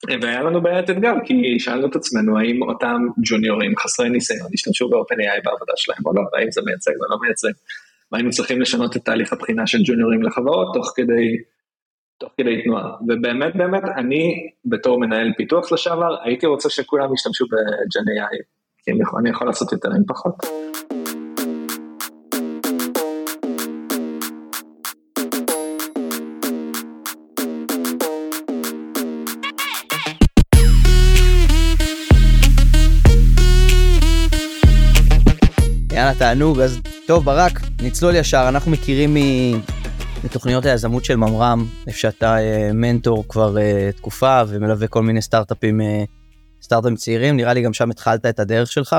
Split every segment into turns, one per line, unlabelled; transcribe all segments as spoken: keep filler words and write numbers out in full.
והיה לנו בעיית אתגר, כי שאלנו את עצמנו, האם אותם ג'וניורים חסרי ניסיון, השתמשו ב-OpenAI בעבודה שלהם, או לא, והאם זה מייצג או לא מייצג, והיינו צריכים לשנות את תהליך הבחינה של ג'וניורים לחברות, תוך כדי, תוך כדי תנועה. ובאמת, באמת, אני, בתור מנהל פיתוח לשעבר, הייתי רוצה שכולם ישתמשו ב-GenAI, כי אני יכול לעשות יותר עם פחות.
יאללה, תענוג. אז טוב, ברק, נצלול ישר. אנחנו מכירים מתוכניות היזמות של ממר"ם, איפה שאתה מנטור כבר תקופה ומלווה כל מיני סטארט-אפים, סטארט-אפים צעירים. נראה לי גם שם התחלת את הדרך שלך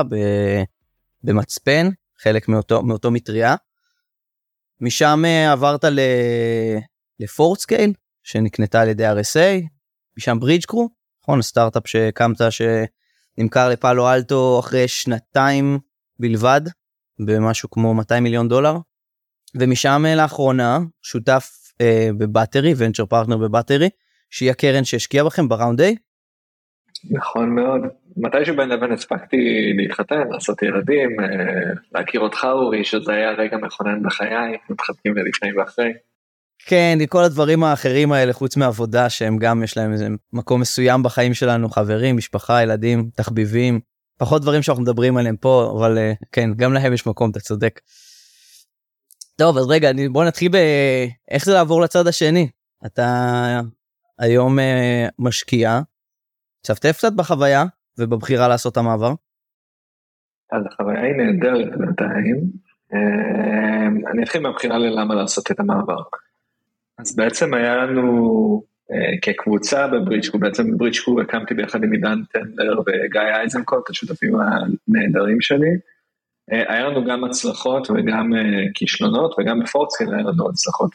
במצפן, חלק מאותו, מאותו מטריה. משם עברת לפורטסקייל, שנקנתה על ידי אר אס איי, משם ברידג'קרו, נכון, סטארט-אפ שקמת, שנמכר לפאלו אלטו אחרי שנתיים בלבד, במשהו כמו מאתיים מיליון דולר, ומשם לאחרונה שותף אה, בבטרי, ונצ'ר פרטנר בבטרי, שהיא הקרן שהשקיעה בכם בראונד איי.
נכון מאוד, מתי שבין לבין הספקתי להתחתן, לעשות ילדים, אה, להכיר אותך אורי, שזה היה רגע מכונן בחיי, מתחתקים לפני ואחרי.
כן, כל הדברים האחרים האלה, חוץ מעבודה, שהם גם יש להם איזה מקום מסוים בחיים שלנו, חברים, משפחה, ילדים, תחביבים, פחות דברים שאנחנו מדברים עליהם פה, אבל כן, גם להם יש מקום, אתה צודק. טוב, אז רגע, בוא נתחיל באיך זה לעבור לצד השני. אתה היום משקיע, צפת קצת בחוויה, ובבחירה לעשות המעבר?
אז החוויה היא נהדרת בינתיים. אני אתחיל מהבחירה ללמה לעשות את המעבר. אז בעצם היה לנו כקבוצה בברידג'קו, בעצם בברידג'קו הקמתי ביחד עם עידן טנדלר וגיא אייזנקוט, השותפים הנהדרים שלי. היה לנו גם הצלחות וגם כישלונות, וגם בפורטסקייל היה לנו הצלחות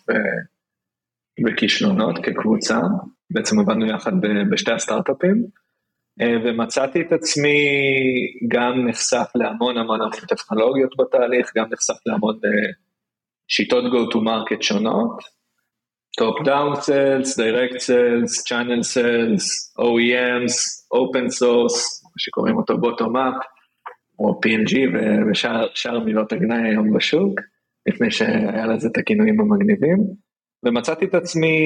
וכישלונות כקבוצה. בעצם עבדנו יחד בשתי הסטארט-אפים, ומצאתי את עצמי גם נחשף להמון המון טכנולוגיות בתהליך, גם נחשף להמון שיטות go to market שונות, top down sales, direct sales, channel sales, או אי אמס, open source, שקוראים אותו bottom up, או פי אן ג'י ושאר מילות הגנאי היום בשוק, לפני שהיה לזה את הכינויים המגניבים, ומצאתי את עצמי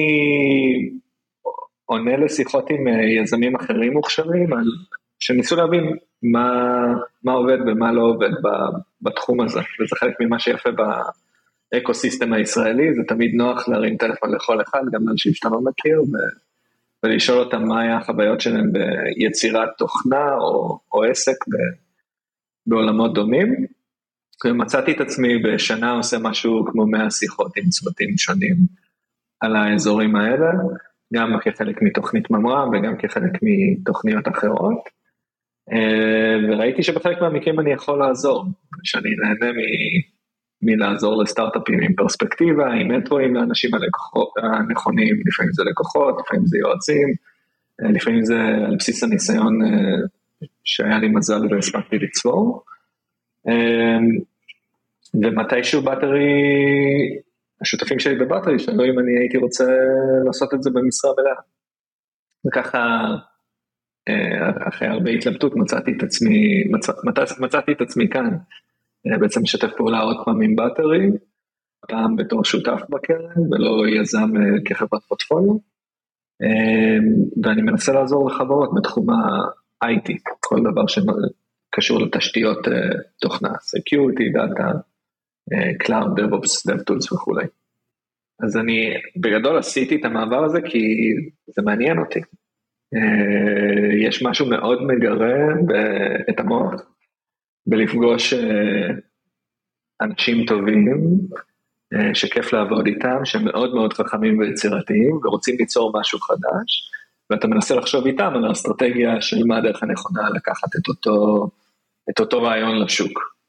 עונה לשיחות עם יזמים אחרים מוכשרים, שניסו להבין מה, מה עובד ומה לא עובד בתחום הזה, וזה חלק ממה שיפה באקוסיסטם הישראלי, זה תמיד נוח להרים טלפון לכל אחד, גם לאנשים שאתה לא מכיר, ו... ולשאול אותם מה היה החוויות שלהם ביצירת תוכנה או, או עסק ב... בעולמות דומים, ומצאתי את עצמי בשנה עושה משהו כמו מאה שיחות עם צוותים שונים על האזורים האלה, גם כחלק מתוכנית ממר"ם וגם כחלק מתוכניות אחרות, וראיתי שבחלק מהמקרים אני יכול לעזור, שאני נהנה מלעזור לסטארט-אפים עם פרספקטיבה, עם מנטורים לאנשים הנכונים, לפעמים זה לקוחות, לפעמים זה יועצים, לפעמים זה על בסיס הניסיון שהיה לי מזל והספקתי לצבור, ומתישהו בטרי, השותפים שלי בבטרי, שאלו אם אני הייתי רוצה לעשות את זה במשרה מלאה. וככה, אחרי הרבה התלבטות, מצאתי את עצמי, מצא, מצאתי את עצמי כאן, בעצם משתף פעולה עוד פעם עם בטרי, פעם בתור שותף בקרן, ולא יזם כחברת פורטפוליו, ואני מנסה לעזור לחברות בתחום ה-איי טי, כל דבר שקשור לתשתיות תוכנה, security, data, Cloud, DevOps, DevTools וכו'. אז אני בגדול עשיתי את המעבר הזה כי זה מעניין אותי. יש משהו מאוד מגרה את המוח, בלפגוש אנשים טובים, שכיף לעבוד איתם, שהם מאוד מאוד חכמים ויצירתיים, ורוצים ליצור משהו חדש, ואתה מנסה לחשוב איתם על האסטרטגיה של מה הדרך הנכונה לקחת את אותו, את אותו רעיון לשוק.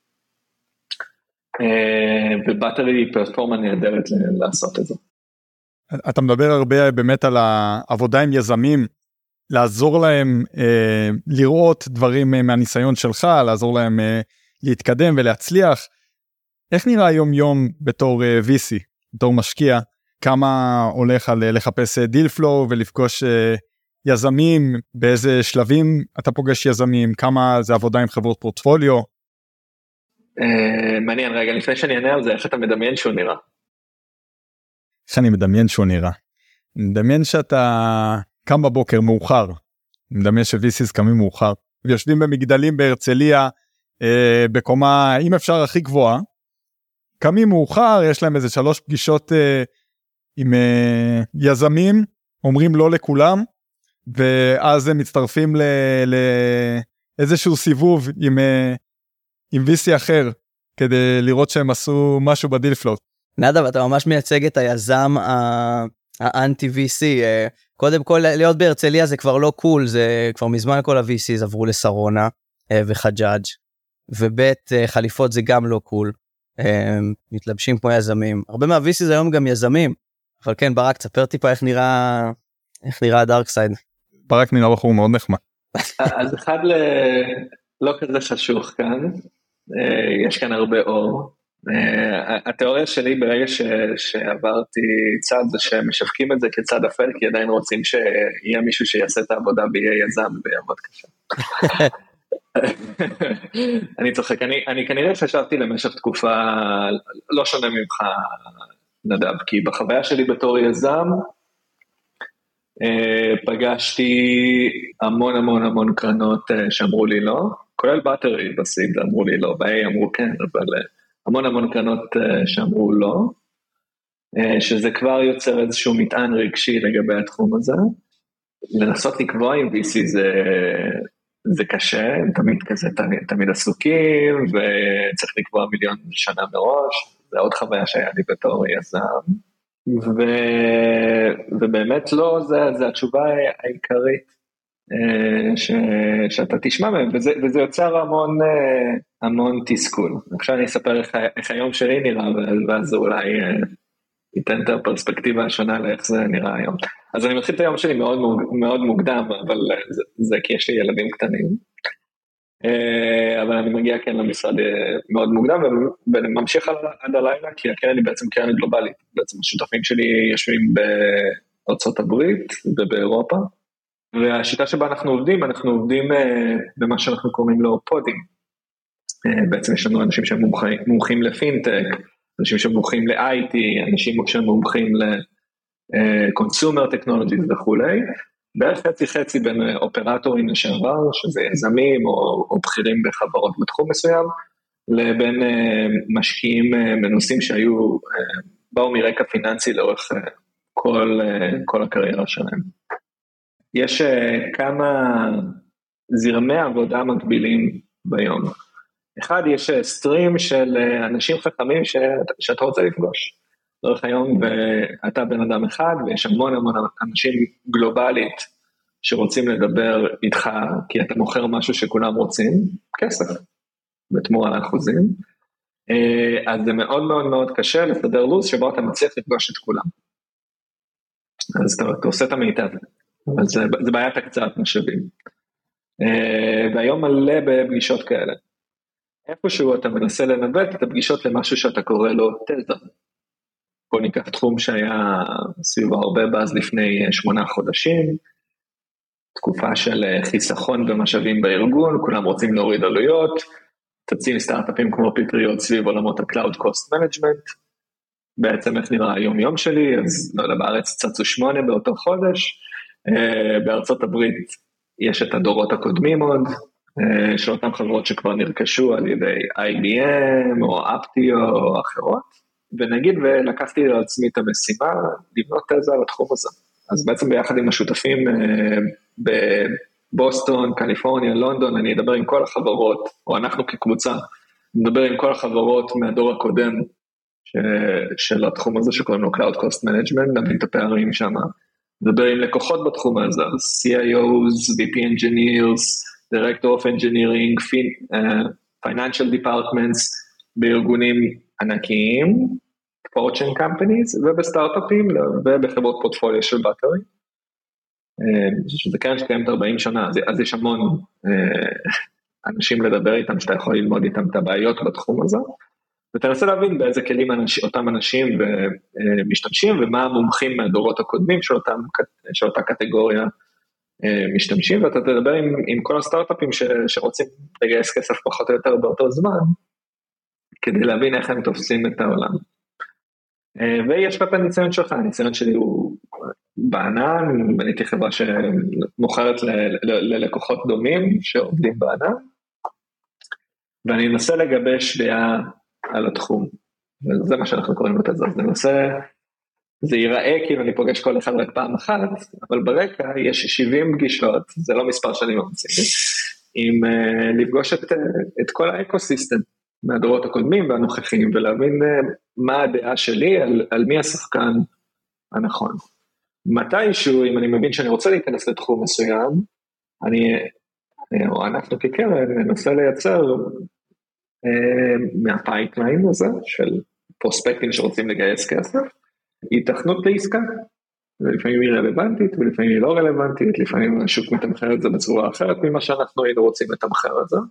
ובטרי היא פלטפורמה נהדרת לעשות את זה.
אתה מדבר הרבה באמת על העבודה עם יזמים, לעזור להם אה, לראות דברים מהניסיון שלך, לעזור להם אה, להתקדם ולהצליח. איך נראה יום יום בתור אה, וי סי, בתור משקיע, כמה הולך על לחפש דיל פלואו ולפגוש אה, יזמים, באיזה שלבים אתה פוגש יזמים, כמה זה עבודה עם חברות פורטפוליו?
מעניין, רגע, לפני שאני אענה על זה, איך אתה מדמיין שהוא נראה?
איך אני מדמיין שהוא נראה? אני מדמיין שאתה קם בבוקר מאוחר, אני מדמיין ש-וי סי'ס קמים מאוחר, ויושבים במגדלים בהרצליה, אה, בקומה, אם אפשר, הכי גבוהה, קמים מאוחר, יש להם איזה שלוש פגישות אה, עם אה, יזמים, אומרים לא לכולם, ואז הם מצטרפים לאיזשהו סיבוב עם, אה, עם וי סי אחר, כדי לראות שהם עשו משהו בדיל פלוט.
נדב, אתה ממש מייצג את היזם האנטי וי סי, קודם כל להיות בהרצליה זה כבר לא קול, זה כבר מזמן כל ה-וי סי'ס עברו לסרונה וחג'אג', ובית חליפות זה גם לא קול, מתלבשים כמו יזמים, הרבה מה-וי סי'ס היום גם יזמים, אבל כן ברק, תספר טיפה איך נראה, איך נראה הדארק סייד.
ברק נראה בחור מאוד נחמד.
אז אחד לא כזה חשוך כאן, יש כאן הרבה אור, התיאוריה שלי ברגע שעברתי צד זה שמשווקים את זה כצד אפל, כי עדיין רוצים שיהיה מישהו שיעשה את העבודה ויהיה יזם ויעבוד קשה. אני צוחק, אני כנראה חשבתי למשך תקופה לא שונה ממך נדב, כי בחוויה שלי בתור יזם פגשתי המון המון המון קרנות שאמרו לי לא, כולל בטרי בסיד אמרו לי לא, ב-A אמרו כן, אבל המון המון קרנות שאמרו לא, שזה כבר יוצר איזשהו מטען רגשי לגבי התחום הזה, לנסות לקבוע עם וי סי זה, זה קשה, הם תמיד כזה, תמיד, תמיד עסוקים, וצריך לקבוע מיליון שנה מראש, זה עוד חוויה שהיה לי בתור יזם, ו, ובאמת לא, זה, זה התשובה העיקרית, ש, שאתה תשמע מהם, וזה, וזה יוצר המון, המון תסכול. עכשיו אני אספר איך, איך היום שלי נראה, ואז אולי ייתן את הפרספקטיבה השונה לאיך זה נראה היום. אז אני מתחיל את היום שלי מאוד, מאוד מוקדם, אבל זה, זה כי יש לי ילדים קטנים, אבל אני מגיע כן למשרד מאוד מוקדם, וממשיך עד הלילה, כי הקרן היא בעצם קרן גלובלית, בעצם השותפים שלי יושבים בארצות הברית ובאירופה, והשיטה שבה אנחנו עובדים, אנחנו עובדים במה שאנחנו קוראים לו פודים. בעצם יש לנו אנשים שהם מומחים לפינטק, אנשים שמומחים ל-איי טי, אנשים שהם מומחים ל-consumer technologies וכולי, בערך חצי חצי בין אופרטורים לשעבר, שזה יזמים או, או בכירים בחברות בתחום מסוים, לבין משקיעים מנוסים שהיו, באו מרקע פיננסי לאורך כל, כל הקריירה שלהם. יש כמה זרמי עבודה מקבילים ביום. אחד, יש סטרים של אנשים חכמים שאתה רוצה לפגוש. דרך היום, ואתה בן אדם אחד, ויש המון המון אנשים גלובלית שרוצים לדבר איתך, כי אתה מוכר משהו שכולם רוצים, כסף, בתמורה לאחוזים. אז זה מאוד מאוד מאוד קשה לסדר לו"ז שבו אתה מצליח לפגוש את כולם. אז אתה, אתה עושה את המיטב. אבל זה, זה בעיית הקצאת משאבים. והיום מלא בפגישות כאלה. איפשהו אתה מנסה לנווט את הפגישות למשהו שאתה קורא לו תזה. בוא ניקח תחום שהיה סביבו הרבה באז לפני שמונה חודשים, תקופה של חיסכון במשאבים בארגון, כולם רוצים להוריד עלויות, תציעים סטארט-אפים כמו פטריות סביב עולמות ה-Cloud Cost Management, בעצם איך נראה היום יום שלי, אז לא יודע, בארץ צצו שמונה באותו חודש, בארצות הברית יש את הדורות הקודמים עוד, של אותם חברות שכבר נרכשו על ידי איי בי אם או אפטיו או אחרות, ונגיד ולקחתי לעצמי את המשימה לבנות תזה על התחום הזה. אז בעצם ביחד עם השותפים בבוסטון, קליפורניה, לונדון, אני אדבר עם כל החברות, או אנחנו כקבוצה, נדבר עם כל החברות מהדור הקודם של התחום הזה שקוראים לו Cloud Cost Management, נבין את הפערים שם, נדבר עם לקוחות בתחום הזה, סי איי או'ס, וי פי Engineers, Director of Engineering, Financial Departments, בארגונים ענקיים, Fortune Companies, ובסטארט-אפים, ובחברות פורטפוליו של בטרי. זה קרן שקיימת ארבעים שנה, אז, אז יש המון אנשים לדבר איתם, שאתה יכול ללמוד איתם את הבעיות בתחום הזה, ותנסה להבין באיזה כלים אנשים, אותם אנשים משתמשים, ומה המומחים מהדורות הקודמים של, אותם, של אותה קטגוריה משתמשים, ואתה תדבר עם, עם כל הסטארט-אפים ש, שרוצים לגייס כסף פחות או יותר באותו זמן, כדי להבין איך הם תופסים את העולם. ויש לך את הניסיון שלך, הניסיון שלי הוא בענן, בניתי חברה שמוכרת ל- ל- ללקוחות דומים שעובדים בענן, ואני אנסה לגבש דעה על התחום, וזה מה שאנחנו קוראים לו את זה, זה נושא, זה ייראה כאילו אני פוגש כל אחד רק פעם אחת, אבל ברקע יש שבעים פגישות, זה לא מספר שאני ממציא, עם uh, לפגוש את, את כל האקוסיסטם, מהדורות הקודמים והנוכחים, ולהבין uh, מה הדעה שלי על, על מי השחקן הנכון. מתישהו, אם אני מבין שאני רוצה להיכנס לתחום מסוים, אני, או אנחנו כקרן, ננסה לייצר uh, מהפייפליין הזה, של פרוספקטים שרוצים לגייס כסף, התכנות לעסקה, ולפעמים היא רלוונטית, ולפעמים היא לא רלוונטית, לפעמים השוק מתמחר את זה בצורה אחרת, ממה שאנחנו היינו רוצים לתמחר את זה,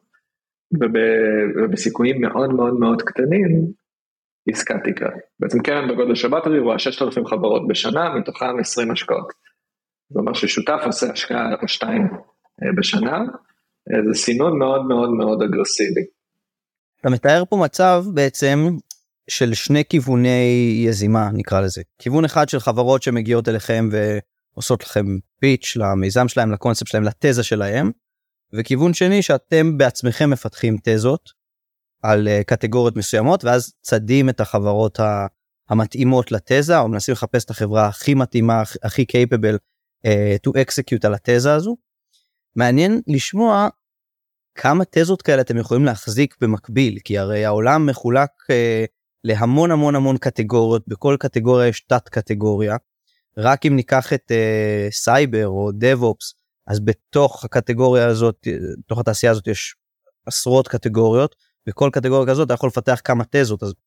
ובסיכויים מאוד מאוד מאוד קטנים, עסקה תקרה. בעצם קרן בגודל של באטרי, רואה ששת אלפים חברות בשנה, מתוכם עשרים השקעות. זאת אומרת ששותף עושה השקעה או שתיים בשנה, זה סינון מאוד מאוד מאוד אגרסיבי.
אתה מתאר פה מצב בעצם, של שני כיווני יזימה, נקרא לזה. כיוון אחד של חברות שמגיעות אליכם ועושות לכם פיץ' למיזם שלהם, לקונספט שלהם, לתזה שלהם, וכיוון שני שאתם בעצמכם מפתחים תזות על קטגוריות מסוימות, ואז צדים את החברות המתאימות לתזה, או מנסים לחפש את החברה הכי מתאימה, הכי capable uh, to execute על התזה הזו. מעניין לשמוע כמה תזות כאלה אתם יכולים להחזיק במקביל, כי הרי העולם מחולק uh, להמון המון המון קטגוריות, בכל קטגוריה יש תת קטגוריה, רק אם ניקח את uh, סייבר או דב-אופס, אז בתוך הקטגוריה הזאת, בתוך התעשייה הזאת יש עשרות קטגוריות, בכל קטגוריה כזאת אתה יכול לפתח כמה תזות, אז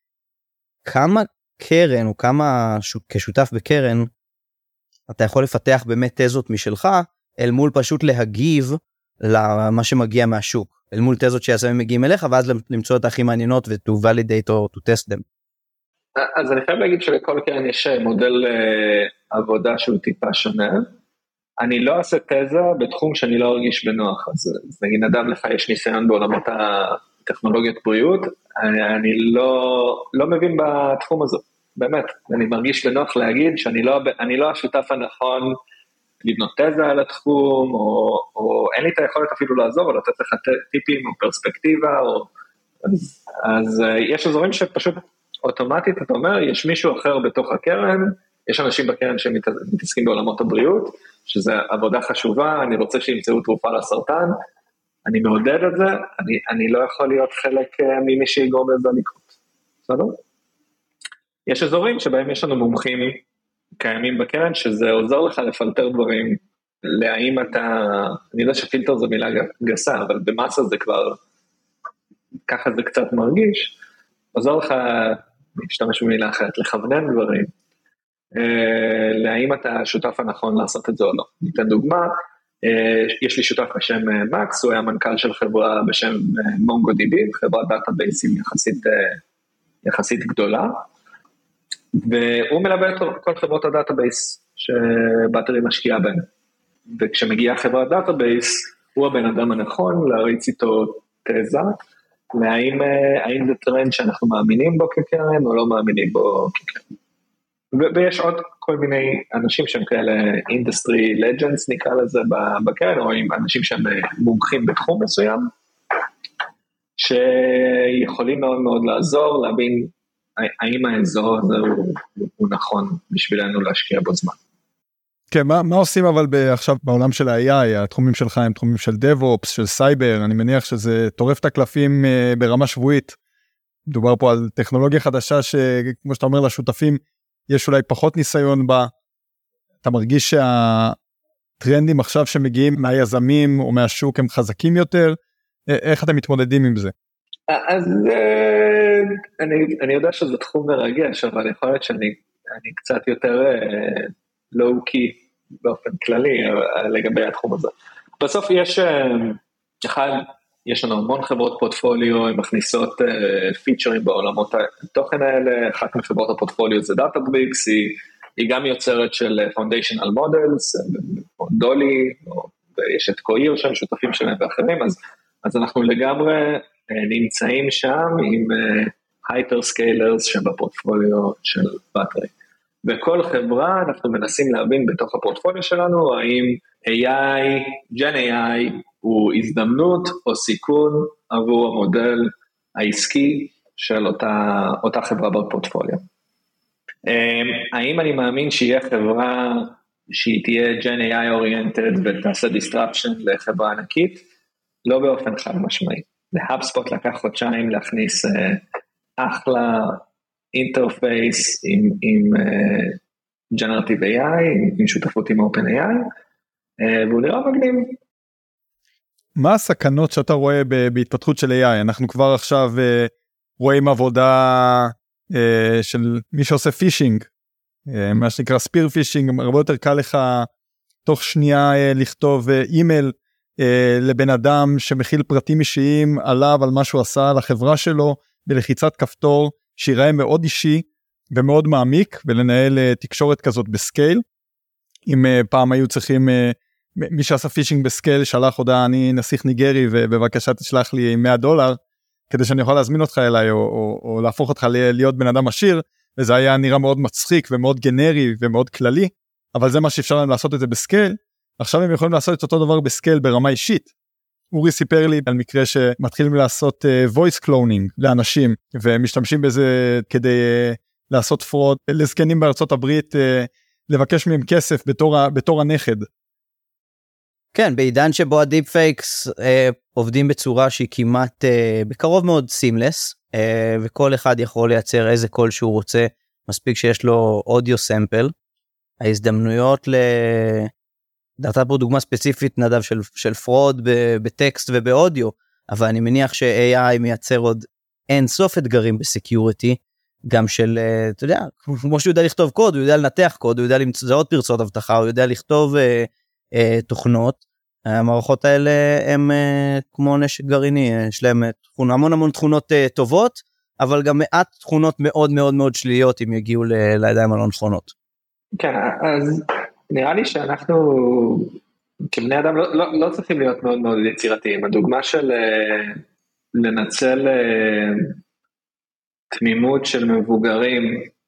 כמה קרן או כמה כשותף בקרן, אתה יכול לפתח באמת תזות משלך, אל מול פשוט להגיב למה שמגיע מהשוק. אל מול תזות שיזמים מגיעים אליך, ואז למצוא את הכי מעניינות ו-to validate or to test them.
אז אני חייב להגיד שלכל קרן יש מודל עבודה שהוא טיפה שונה. אני לא אעשה תזה בתחום שאני לא ארגיש בנוח. אז נגיד אדם לך יש ניסיון בעולמות הטכנולוגיות בריאות, אני, אני לא, לא מבין בתחום הזה. באמת, אני מרגיש בנוח להגיד שאני לא, אני לא השותף הנכון לבנות תזה על התחום, או, או אין לי את היכולת אפילו לעזור, או לתת לך טיפים, או פרספקטיבה, או, אז, אז יש אזורים שפשוט אוטומטית, אתה אומר, יש מישהו אחר בתוך הקרן, יש אנשים בקרן שמתעסקים בעולמות הבריאות, שזה עבודה חשובה, אני רוצה שימצאו תרופה לסרטן, אני מעודד את זה, אני, אני לא יכול להיות חלק ממי שיגרום לזה לקרות. בסדר? יש אזורים שבהם יש לנו מומחים קיימים בקרן, שזה עוזר לך לפלטר דברים, להאם אתה, אני יודע שפילטר זו מילה גסה, אבל במסה זה כבר, ככה זה קצת מרגיש, עוזר לך, להשתמש במילה אחרת, לכוונן דברים, להאם אתה שותף הנכון לעשות את זה או לא. ניתן דוגמה, יש לי שותף בשם מקס, הוא היה מנכ"ל של חברה בשם MongoDB, חברת דאטאבייסים יחסית, יחסית גדולה, והוא מלווה את כל חברות הדאטאבייס שבאטרי משקיעה בהן. וכשמגיעה חברת דאטאבייס, הוא הבן אדם הנכון להריץ איתו תזה, להאם, האם זה טרנד שאנחנו מאמינים בו כקרן או לא מאמינים בו כקרן. ויש עוד כל מיני אנשים שהם כאלה industry legends נקרא לזה בקרן, או עם אנשים שהם מומחים בתחום מסוים, שיכולים מאוד מאוד לעזור, להבין האם האזור הזה הוא, הוא נכון בשבילנו להשקיע בו זמן.
כן, מה, מה עושים אבל עכשיו בעולם של ה-איי איי, התחומים שלך הם תחומים של DevOps, של סייבר, אני מניח שזה טורף את הקלפים ברמה שבועית, מדובר פה על טכנולוגיה חדשה שכמו שאתה אומר לשותפים, יש אולי פחות ניסיון בה, אתה מרגיש שהטרנדים עכשיו שמגיעים מהיזמים או מהשוק הם חזקים יותר, איך אתם מתמודדים עם זה?
אז אני, אני יודע שזה תחום מרגש, אבל יכול להיות שאני אני קצת יותר לואו-קי באופן כללי לגבי התחום הזה. בסוף יש, אחד, יש לנו המון חברות פורטפוליו, הן מכניסות פיצ'רים בעולמות התוכן האלה, אחת מחברות הפורטפוליו זה דאטאבריקס, היא היא גם יוצרת של foundational models, דולי, ויש את קויר שם, שותפים שלהם ואחרים, אז, אז אנחנו לגמרי נמצאים שם עם הייפרסקיילרס שבפורטפוליו של בטרי. וכל חברה אנחנו מנסים להבין בתוך הפורטפוליו שלנו, האם איי איי, ג'ן איי איי, הוא הזדמנות או סיכון עבור המודל העסקי של אותה, אותה חברה בפורטפוליו. האם אני מאמין שיהיה חברה שהיא תהיה ג'ן איי איי oriented ותעשה disruption לחברה ענקית? לא באופן חד משמעי. להאבספוט לקח חודשיים להכניס אחלה אינטרפייס עם, עם uh, Generative איי איי, עם, עם שותפות עם Open איי איי, uh, והוא נראה מגניב.
מה הסכנות שאתה רואה בהתפתחות של איי איי? אנחנו כבר עכשיו uh, רואים עבודה uh, של מי שעושה פישינג, uh, מה שנקרא ספיר פישינג, הרבה יותר קל לך תוך שנייה uh, לכתוב uh, אימייל uh, לבן אדם שמכיל פרטים אישיים עליו, על מה שהוא עשה, לחברה שלו, בלחיצת כפתור, שיראה מאוד אישי ומאוד מעמיק, ולנהל uh, תקשורת כזאת בסקייל. אם uh, פעם היו צריכים... Uh, מי שעשה פישינג בסקייל שלח הודעה, אני נסיך ניגרי ובבקשה תשלח לי מאה דולר, כדי שאני יכול להזמין אותך אליי, או, או, או להפוך אותך להיות בן אדם עשיר, וזה היה נראה מאוד מצחיק ומאוד גנרי ומאוד כללי, אבל זה מה שאפשר להם לעשות את זה בסקייל. עכשיו הם יכולים לעשות את אותו דבר בסקייל ברמה אישית. אורי סיפר לי על מקרה שמתחילים לעשות uh, voice cloning לאנשים, ומשתמשים בזה כדי uh, לעשות פרוד לזקנים בארצות הברית, uh, לבקש מהם כסף בתור, בתור הנכד.
כן, בעידן שבו הדיפ פייקס אה, עובדים בצורה שהיא כמעט אה, בקרוב מאוד סימלס, אה, וכל אחד יכול לייצר איזה קול שהוא רוצה, מספיק שיש לו אודיו סמפל. ההזדמנויות ל... דעתה פה דוגמה ספציפית נדב של, של פרוד בטקסט ובאודיו, אבל אני מניח ש-איי איי מייצר עוד אין סוף אתגרים בסקיוריטי, גם של, אה, אתה יודע, כמו שהוא יודע לכתוב קוד, הוא יודע לנתח קוד, הוא יודע למצוא עוד פרצות הבטחה, הוא יודע לכתוב... אה, תוכנות. המערכות האלה הם כמו נשק גרעיני, יש להם המון המון תכונות טובות, אבל גם מעט תכונות מאוד מאוד מאוד שליליות אם יגיעו לידיים הלא נכונות.
כן, אז נראה לי שאנחנו כבני אדם לא, לא, לא צריכים להיות מאוד מאוד יצירתיים. הדוגמה של לנצל תמימות של מבוגרים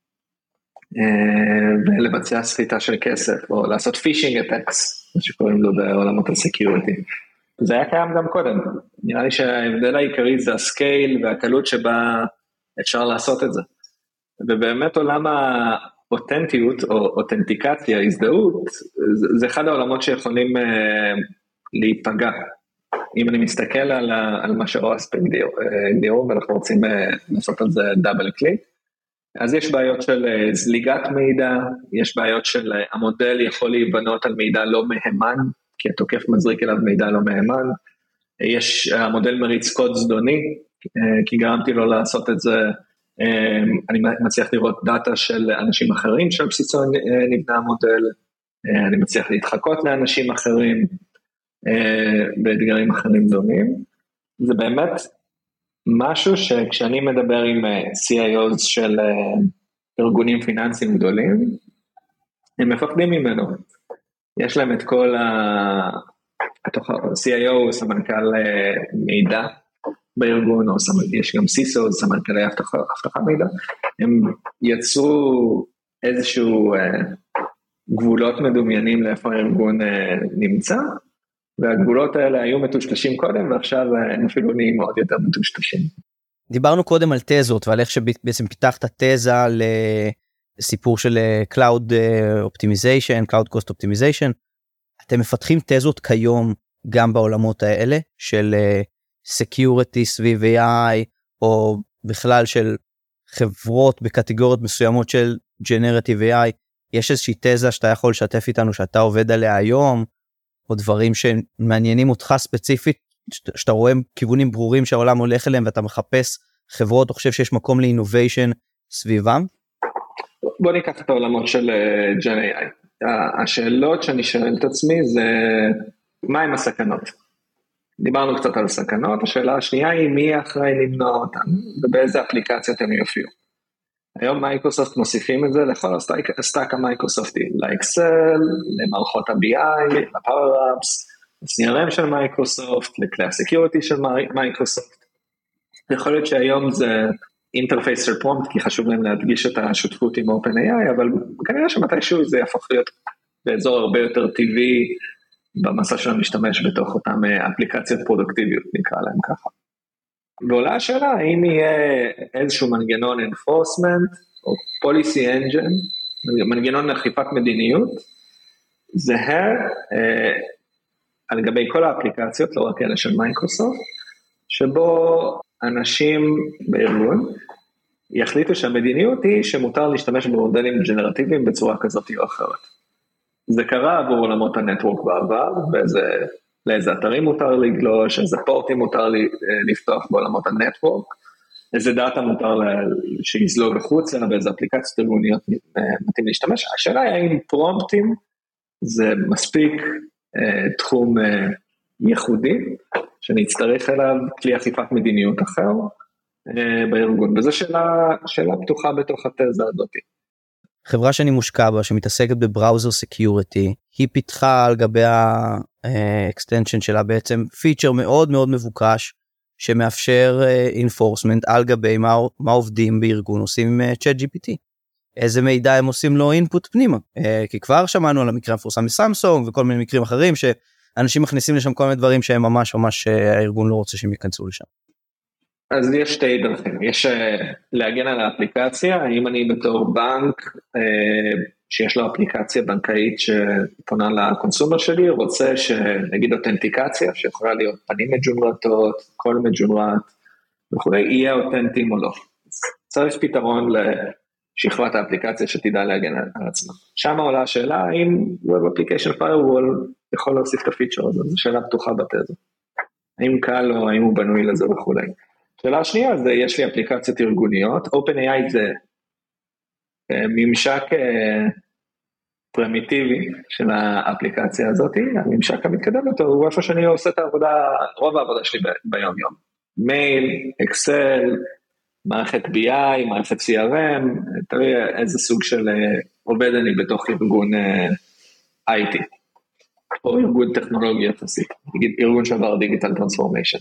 ולבצע סחיטה של כסף, או לעשות פישינג אטקס, מה שקוראים לו בעולמות הסקיוריטי. זה היה קיים גם קודם. נראה לי שההבדל העיקרי זה הסקייל והקלות שבה אפשר לעשות את זה. ובאמת עולם האותנטיות או אותנטיקציה, הזדהות, זה אחד העולמות שיכולים להיפגע. אם אני מסתכל על, על מה שאוספ הגדירו, ואנחנו רוצים לעשות על זה דאבל קליק, אז יש בעיות של זליגת מידע, יש בעיות של המודל יכול להיבנות על מידע לא מהימן, כי התוקף מזריק אליו מידע לא מהימן, יש, המודל מריץ קוד זדוני, כי גרמתי לו לעשות את זה, אני מצליח לראות דאטה של אנשים אחרים, שעל בסיסו נבנה המודל, אני מצליח להתחקות לאנשים אחרים, באתגרים אחרים דומים, זה באמת, משהו שכשאני מדבר עם סי איי או'ס של ארגונים פיננסיים גדולים, הם מפחדים ממנו. יש להם את כל ה... סי איי או, סמנכ"ל מידע בארגון, או יש גם סיסו, סמנכ"לי אבטחת מידע, הם יצרו איזשהו גבולות מדומיינים לאיפה הארגון נמצא, והגבולות האלה היו מטושטשים קודם, ועכשיו הם אפילו נהיים מאוד יותר מטושטשים.
דיברנו קודם על תזות, ועל איך שבעצם פיתחת תזה לסיפור של Cloud Optimization, Cloud Cost Optimization. אתם מפתחים תזות כיום גם בעולמות האלה, של Security סביב איי איי, או בכלל של חברות בקטגוריות מסוימות של Generative איי איי. יש איזושהי תזה שאתה יכול לשתף איתנו, שאתה עובד עליה היום, או דברים שמעניינים אותך ספציפית, שאתה רואה כיוונים ברורים שהעולם הולך אליהם, ואתה מחפש חברות, או חושב שיש מקום לאינוביישן סביבם?
בוא ניקח את העולמות של ג'ן איי איי. השאלות שאני שואל את עצמי זה, מה עם הסכנות? דיברנו קצת על הסכנות, השאלה השנייה היא, מי אחראי למנוע אותן, ובאיזה אפליקציות הם יופיעו. היום מייקרוסופט מוסיפים את זה לכל הסטאק המייקרוסופטי, לאקסל, למערכות ה-בי איי, לפאוור-אפס, ל-סי אר אם של מייקרוסופט, לכלי הסקיוריטי של מייקרוסופט. יכול להיות שהיום זה אינטרפייס של פרומפט, כי חשוב להם להדגיש את השותפות עם OpenAI, אבל כנראה שמתישהו זה יהפוך להיות באזור הרבה יותר טבעי, במסע של המשתמש בתוך אותם אפליקציות פרודוקטיביות, נקרא להם ככה. ועולה השאלה, האם יהיה איזשהו מנגנון enforcement, או policy engine, מנגנון לאכיפת מדיניות, זהה אה, על גבי כל האפליקציות, לא רק אלה של מייקרוסופט, שבו אנשים בארגון יחליטו שהמדיניות היא שמותר להשתמש במודלים ג'נרטיביים בצורה כזאת או אחרת. זה קרה עבור עולמות הנטוורק בעבר, באיזה, לאיזה אתרים מותר לגלוש, איזה פורטים מותר לפתוח בעולמות הנטוורק, איזה דאטה מותר שיזלוג החוצה, באיזה אפליקציות ארגוניות מתאים להשתמש. השאלה היא האם פרומפטים זה מספיק אה, תחום אה, ייחודי, שנצטרך אליו כלי אכיפת מדיניות אחר אה, בארגון, וזו שאלה, שאלה פתוחה בתוך התזה הזאת.
חברה שאני מושקע בה, שמתעסקת בבראוזר סקיוריטי, היא פיתחה על גבי האקסטנשן שלה בעצם פיצ'ר מאוד מאוד מבוקש, שמאפשר אינפורסמנט על גבי מה, מה עובדים בארגון עושים עם צ'אט ג'י פי טי. איזה מידע הם עושים לו אינפוט פנימה. כי כבר שמענו על המקרה המפורסם מסמסונג, וכל מיני מקרים אחרים, שאנשים מכניסים לשם כל מיני דברים, שהם ממש ממש הארגון לא רוצה שהם ייכנסו לשם.
אז יש שתי דרכים, יש להגן על האפליקציה, האם אני בתור בנק שיש לו אפליקציה בנקאית שפונה לקונסומר שלי, רוצה שנגיד אותנטיקציה, שיכולה להיות פנים מג'ונרטות, קול מג'ונרט וכו', יהיה אותנטיים או לא. צריך פתרון לשכבת האפליקציה שתדע להגן על עצמה. שם עולה השאלה, האם Web Application Firewall יכול להוסיף את הפיצ'ר הזה, זו שאלה פתוחה בתזה. האם קל או האם הוא בנוי לזה וכו'. שאלה השנייה, זה יש לי אפליקציות ארגוניות, OpenAI זה ממשק פרימיטיבי של האפליקציה הזאת, הממשק המתקדם יותר, הוא איפה שאני עושה את העבודה, רוב העבודה שלי ביום יום. מייל, אקסל, מערכת בי איי, מערכת סי אר אם, תראי איזה סוג של עובד אני בתוך ארגון איי טי, או ארגון טכנולוגיה יחסית, ארגון שעבר דיגיטל טרנספורמיישן.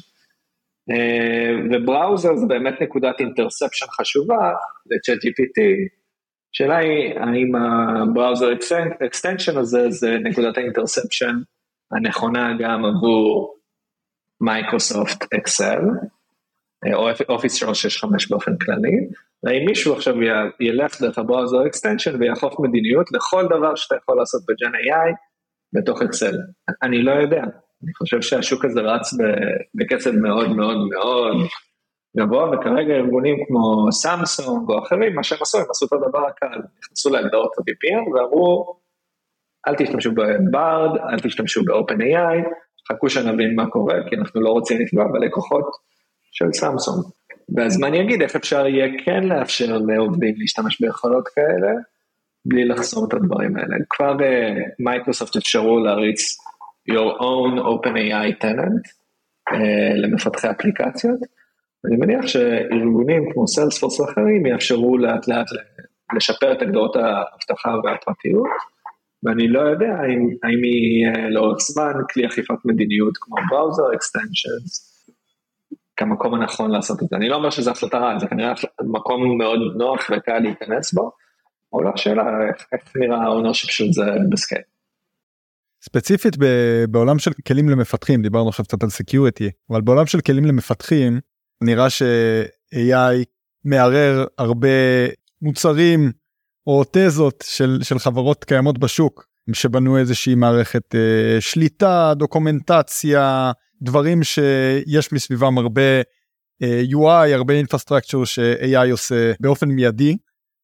ובראוזר זה באמת נקודת אינטרספשן חשובה ל-צ'אט ג'י פי טי, שאלה היא האם הבראוזר אקסטנשן הזה זה נקודת האינטרספשן הנכונה גם עבור מייקרוסופט אקסל, או אופיס שלוש שש חמש באופן כללי, והאם מישהו עכשיו ילך דרך הבראוזר אקסטנשן ויחוף מדיניות לכל דבר שאתה יכול לעשות בג'ן איי איי בתוך אקסל. אני לא יודע. אני חושב שהשוק הזה רץ בקצב מאוד מאוד מאוד גבוה, וכרגע ארגונים כמו סמסונג או אחרים, מה שהם עשו, הם עשו את הדבר הקל, נכנסו להגדרות ה-וי פי אן ואמרו, אל תשתמשו בברד, אל תשתמשו ב-OpenAI, חכו שנבין מה קורה, כי אנחנו לא רוצים לפגוע בלקוחות של סמסונג. והזמן יגיד איך אפשר יהיה כן לאפשר לעובדים להשתמש ביכולות כאלה, בלי לחסום את הדברים האלה. כבר מייקרוסופט אפשרו להריץ your own OpenAI tenant, uh, למפתחי אפליקציות, ואני מניח שארגונים כמו סיילספורס ואחרים יאפשרו לאט לאט לשפר את הגדרות האבטחה והפרטיות, ואני לא יודע האם, האם יהיה לאורך זמן כלי אכיפת מדיניות כמו Browser Extensions, כמקום הנכון לעשות את זה. אני לא אומר שזה החלטה רע, זה כנראה מקום מאוד נוח וקל להיכנס בו, אבל השאלה איך, איך נראה ה-ownership של זה בסקייל.
ספציפית בעולם של כלים למפתחים, דיברנו עכשיו קצת על סקיוריטי, אבל בעולם של כלים למפתחים, נראה ש-איי איי מערער הרבה מוצרים או תזות של, של חברות קיימות בשוק, שבנו איזושהי מערכת אה, שליטה, דוקומנטציה, דברים שיש מסביבם הרבה אה, יו איי, הרבה infrastructure ש-איי איי עושה באופן מיידי.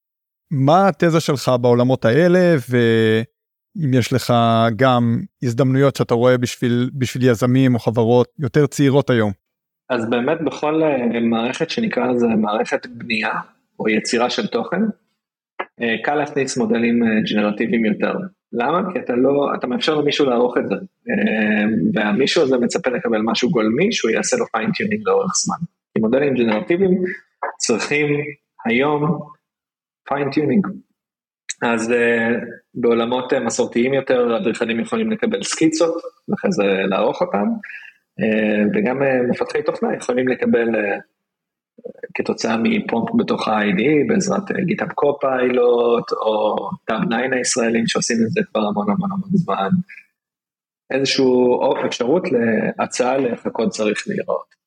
מה התזה שלך בעולמות האלה, ואם יש לך גם הזדמנויות שאתה רואה בשביל, בשביל יזמים או חברות יותר צעירות היום?
אז באמת בכל מערכת שנקרא לזה מערכת בנייה, או יצירה של תוכן, קל להכניס מודלים ג'נרטיביים יותר. למה? כי אתה לא, אתה מאפשר למישהו לערוך את זה, והמישהו הזה מצפה לקבל משהו גולמי, שהוא יעשה לו פיינטיונינג לאורך זמן. כי מודלים ג'נרטיביים צריכים היום פיין טיונינג. אז uh, בעולמות uh, מסורתיים יותר, אדריכלים יכולים לקבל סקיצות, ואחרי זה לערוך אותם, uh, וגם uh, מפתחי תוכנה יכולים לקבל uh, כתוצאה מפרומפט בתוך ה-איי די אי, בעזרת uh, GitHub Copilot, או טאב תשע הישראלים שעושים את זה כבר המון המון המון זמן, איזושהי אפשרות להצעה לאיך הקוד צריך להיראות.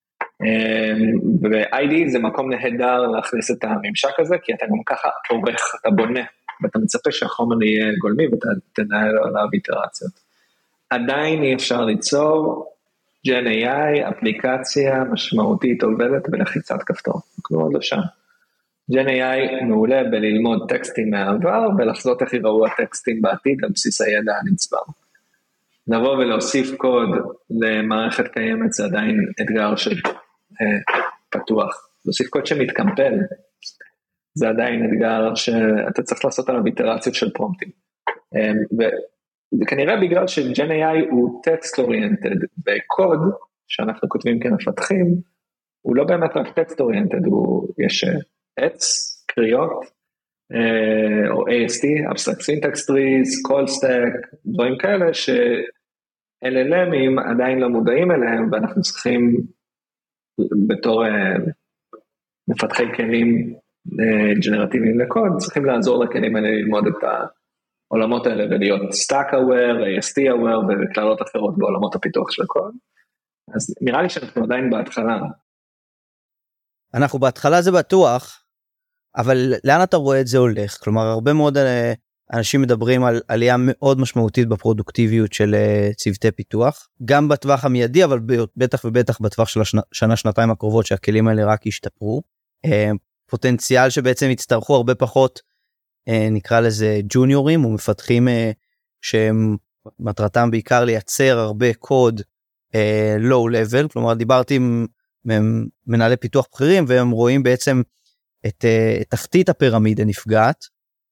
ו-איי די אי זה מקום נהדר להכניס את הממשק הזה, כי אתה גם ככה עורך, אתה בונה, ואתה מצפה שהחומר יהיה גולמי, ואתה תנהל עליו איטרציות. עדיין אי אפשר ליצור ג'ן איי איי, אפליקציה משמעותית עובדת בלחיצת כפתור, כלומר עוד לא שם. ג'ן איי איי מעולה בללמוד טקסטים מהעבר, ולחזות איך יראו הטקסטים בעתיד, על בסיס הידע הנצבר. לבוא ולהוסיף קוד למערכת קיימת, זה עדיין אתגר של אה, פתוח. להוסיף קוד שמתקמפל, זה עדיין אתגר שאתה צריך לעשות עליו איטרציות של פרומפטים. אה, וזה כנראה בגלל שג'ן איי איי הוא טקסט אוריינטד, וקוד שאנחנו כותבים כמפתחים, הוא לא באמת רק טקסט אוריינטד, הוא יש עץ, קריאות, או איי אס טי, Abstract Syntax Trees, Call Stack, דברים כאלה ש-אל אל אמ'ים עדיין לא מודעים אליהם, ואנחנו צריכים בתור מפתחי כלים ג'נרטיביים לקוד, צריכים לעזור לכלים האלה ללמוד את העולמות האלה, ולהיות Stack Aware, איי אס טי Aware, וכללות אחרות בעולמות הפיתוח של הקוד. אז נראה לי שאנחנו עדיין בהתחלה.
אנחנו בהתחלה זה בטוח, אבל לאן אתה רואה את זה הולך? כלומר, הרבה מאוד אנשים מדברים על עלייה מאוד משמעותית בפרודוקטיביות של צוותי פיתוח, גם בטווח המיידי, אבל בטח ובטח בטווח של השנה, שנתיים הקרובות, שהכלים האלה רק ישתפרו. פוטנציאל שבעצם יצטרכו הרבה פחות, נקרא לזה ג'וניורים, ומפתחים שהם מטרתם בעיקר לייצר הרבה קוד לואו לבל, כלומר, דיברתי עם מנהלי פיתוח בכירים, והם רואים בעצם את, את תחתית הפירמידה נפגעת,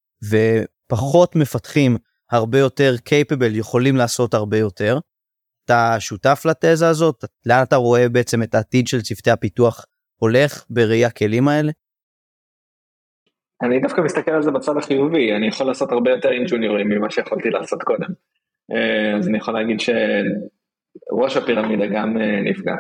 ופחות מפתחים הרבה יותר capable, יכולים לעשות הרבה יותר. אתה שותף לתזה הזאת? לאן אתה רואה בעצם את העתיד של צוותי הפיתוח הולך בראי הכלים האלה?
אני דווקא מסתכל על זה בצד החיובי, אני יכול לעשות הרבה יותר עם ג'וניורים ממה שיכולתי לעשות קודם. אז אני יכול להגיד שראש הפירמידה גם נפגע.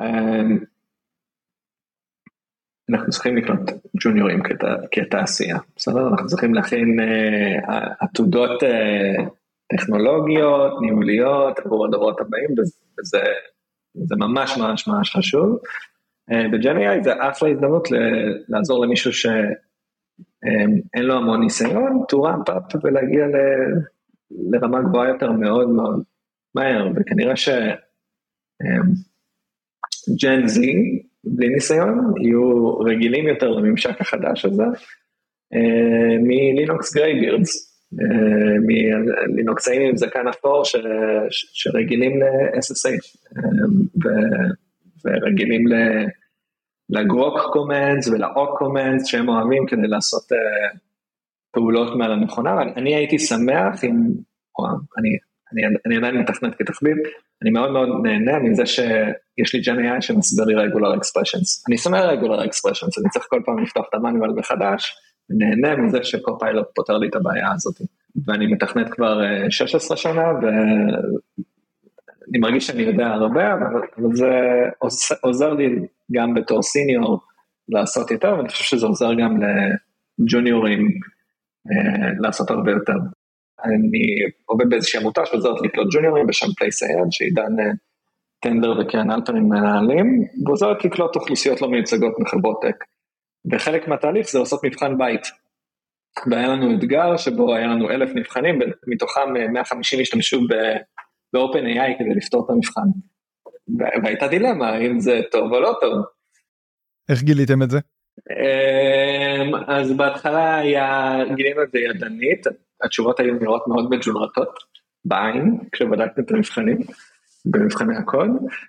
אנחנו צריכים לקנות ג'וניורים כתעשייה, בסדר? אנחנו צריכים להכין עתודות טכנולוגיות, ניהוליות, עבור הדורות הבאים, וזה זה ממש ממש ממש חשוב. ב-ג'ן איי איי זה אחלה הזדמנות לעזור למישהו שאין לו המון ניסיון, to ramp up ולהגיע לרמה גבוהה יותר מאוד מאוד מהר, וכנראה ש ג'ן זי, בלי ניסיון, יהיו רגילים יותר לממשק החדש הזה, מלינוקס גרייבירדס, מלינוקסאים עם זקן אפור שרגילים ל-אס אס אייץ' ורגילים לגרוק קומנדס ולאוק קומנדס שהם אוהבים כדי לעשות פעולות מעל המכונה. אני הייתי שמח אם, אני אני, אני עדיין מתכנת כתחביב, אני מאוד מאוד נהנה מזה שיש לי ג'ן איי איי שמסביר לי regular expressions. אני שומע regular expressions, אני צריך כל פעם לפתוח את המנואל מחדש, ונהנה מזה שקופיילוט פותר לי את הבעיה הזאת. ואני מתכנת כבר שש עשרה שנה, ואני מרגיש שאני יודע הרבה, אבל זה עוזר לי גם בתור סיניור לעשות יותר, ואני חושב שזה עוזר גם לג'וניורים לעשות הרבה יותר. אני עובד באיזושהי עמותה שעוזרת לקלוט ג'וניורים בשם פלייסייד, שעידן טנדלר וקרן אלפרין מנהלים, ועוזרת לקלוט אוכלוסיות לא מיוצגות בחברות טק. וחלק מהתהליך זה לעשות מבחן בית. והיה לנו אתגר שבו היה לנו אלף מבחנים, מתוכם מאה וחמישים השתמשו ב-Open איי איי כדי לפתור את המבחן. והייתה דילמה, אם זה טוב או לא טוב.
איך גיליתם את זה?
אז בהתחלה היה, גילינו את זה ידנית, התשובות היו נראות מאוד מג'ונרטות בעין, כשבדקנו את המבחנים, במבחני הקוד,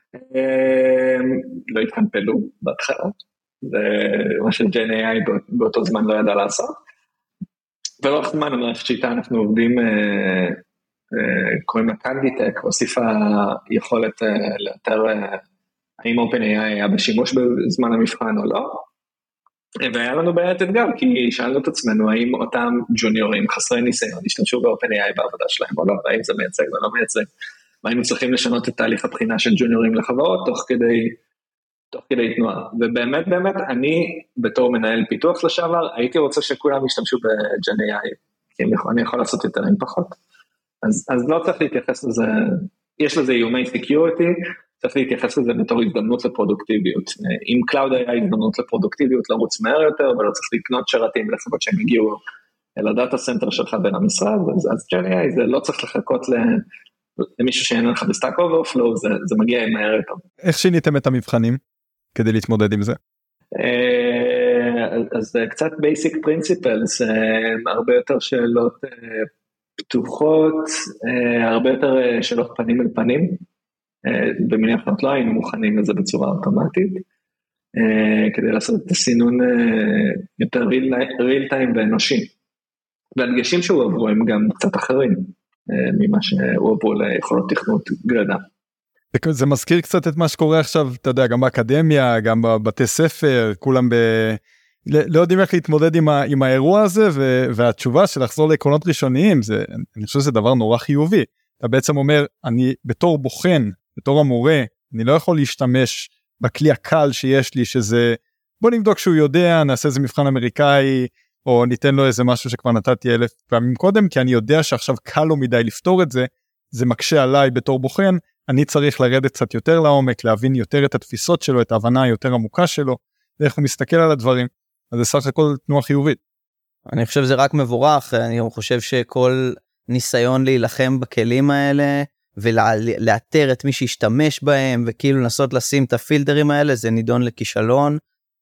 לא התקמפלו בהתחלה, זה מה שג'ן איי איי באותו זמן לא ידע לעשות, ולאורך זמן המערכת שאיתה אנחנו עובדים, קוראים לה קנדיטק, הוסיפה יכולת לאתר, האם Open איי איי היה בשימוש בזמן המבחן או לא, והיה לנו בעיית אתגר, כי שאלנו את עצמנו, האם אותם ג'וניורים חסרי ניסיון, השתמשו ב-OpenAI בעבודה שלהם או לא, האם זה מייצג או לא מייצג, והיינו צריכים לשנות את תהליך הבחינה של ג'וניורים לחברות, תוך כדי, תוך כדי תנועה. ובאמת, באמת, אני, בתור מנהל פיתוח לשעבר, הייתי רוצה שכולם ישתמשו ב-GenAI, כי אני יכול לעשות יותר עם פחות. אז, אז לא צריך להתייחס לזה, יש לזה איומי סקיוריטי, צריך להתייחס לזה בתור הזדמנות לפרודוקטיביות. אם קלאוד היה הזדמנות לפרודוקטיביות, לרוץ מהר יותר, ולא צריך לקנות שרתים לחכות שהם הגיעו אל הדאטה סנטר שלך בין המשרד, אז, אז GenAI זה לא צריך לחכות למישהו שאין לך בסטאק אוברפלואו, זה, זה מגיע מהר יותר.
איך שיניתם את המבחנים כדי להתמודד עם זה?
אז קצת basic principles, הרבה יותר שאלות פתוחות, הרבה יותר שאלות פנים אל פנים, במילים אחרות לא היינו מוכנים לזה בצורה אוטומטית, כדי לעשות את הסינון יותר real time ואנושי. והדגשים שהועברו הם גם קצת אחרים, ממה שהועברו ליכולות תכנות גרידה.
זה מזכיר קצת את מה שקורה עכשיו, אתה יודע, גם באקדמיה, גם בבתי ספר, כולם ב... לא יודעים איך להתמודד עם, ה... עם האירוע הזה, ו... והתשובה של לחזור לעקרונות ראשוניים, זה, אני חושב שזה דבר נורא חיובי. אתה בעצם אומר, אני בתור בוחן, בתור המורה, אני לא יכול להשתמש בכלי הקל שיש לי, שזה, בוא נבדוק שהוא יודע, נעשה איזה מבחן אמריקאי, או ניתן לו איזה משהו שכבר נתתי אלף פעמים קודם, כי אני יודע שעכשיו קל לו מדי לפתור את זה, זה מקשה עליי בתור בוחן, אני צריך לרדת קצת יותר לעומק, להבין יותר את התפיסות שלו, את ההבנה היותר עמוקה שלו, ואיך הוא מסתכל על הדברים, אז זה סך הכל תנועה חיובית.
אני חושב שזה רק מבורך, אני חושב שכל ניסיון להילחם בכלים האלה, ולאתר את מי שישתמש בהם, וכאילו לנסות לשים את הפילטרים האלה, זה נידון לכישלון,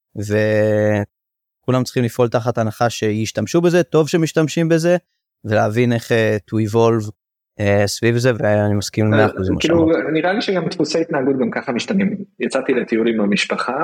וכולם צריכים לפעול תחת הנחה שישתמשו בזה, טוב שמשתמשים בזה, ולהבין איך to evolve סביב זה, ואני מסכים למאה אחוז.
כאילו, נראה לי שגם דפוסי התנהגות גם ככה משתנים. יצאתי לטיולים במשפחה,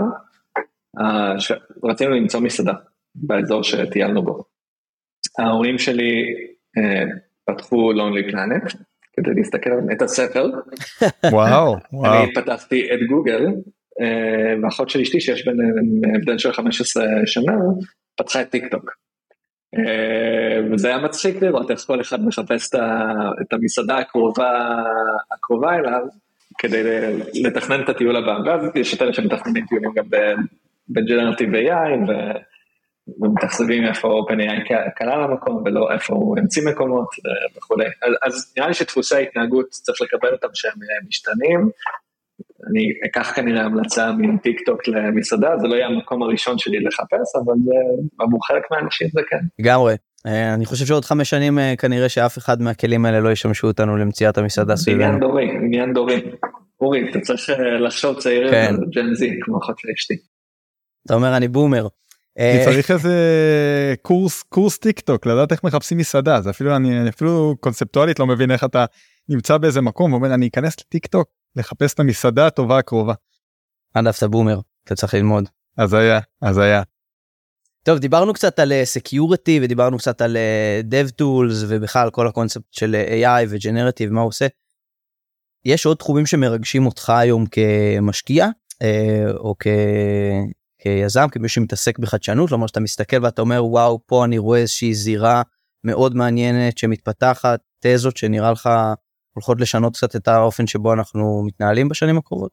רצינו למצוא מסעדה, באזור שטיילנו בו. ההורים שלי פתחו Lonely Planet, כדי להסתכל את הספר.
וואו, וואו.
אני פתחתי את גוגל, ואחות של אשתי שיש בין הבדל של חמש עשרה שנה, פתחה את טיק טוק. וזה היה מצחיק לראות איך כל אחד מחפש את המסעדה הקרובה, הקרובה אליו, כדי לתכנן את הטיול הבא. ואז יש את אלה שמתכננים טיולים גם בג'נרטיב איי איי, ומתחשבים איפה OpenAI קלה למקום, ולא איפה הוא המציא מקומות וכו'. אז נראה לי שדפוסי ההתנהגות צריך לקבל אותם שהם משתנים. אני אקח כנראה המלצה מטיק טוק למסעדה, זה לא יהיה המקום הראשון שלי לחפש, אבל עבור חלק מהאנשים זה כן.
לגמרי. אני חושב שעוד חמש שנים כנראה שאף אחד מהכלים האלה לא ישמשו אותנו למציאת המסעדה סביבנו.
עניין דורי, עניין דורי. אורי, אתה צריך לחשוב צעירים על ג'ן זי, כמו אחות של אשתי.
אתה אומר, אני בומר.
אני צריך איזה קורס, קורס טיק טוק, לדעת איך מחפשים מסעדה, זה אפילו, אני אפילו קונספטואלית לא מבין איך אתה נמצא באיזה מקום, ואומר, אני אכנס לטיק טוק, לחפש את המסעדה הטובה הקרובה.
עד אף אתה בומר, אתה צריך ללמוד.
אז היה, אז היה.
טוב, דיברנו קצת על סקיוריטי, ודיברנו קצת על dev tools, ובכלל כל הקונספט של איי איי וג'נרטיב, מה הוא עושה. יש עוד תחומים שמרגשים אותך היום כמשקיע, או כ... כיזם, כמי שמתעסק בחדשנות, כלומר שאתה מסתכל ואתה אומר, וואו, פה אני רואה איזושהי זירה מאוד מעניינת שמתפתחת, תזות שנראה לך הולכות לשנות קצת את האופן שבו אנחנו מתנהלים בשנים הקרובות?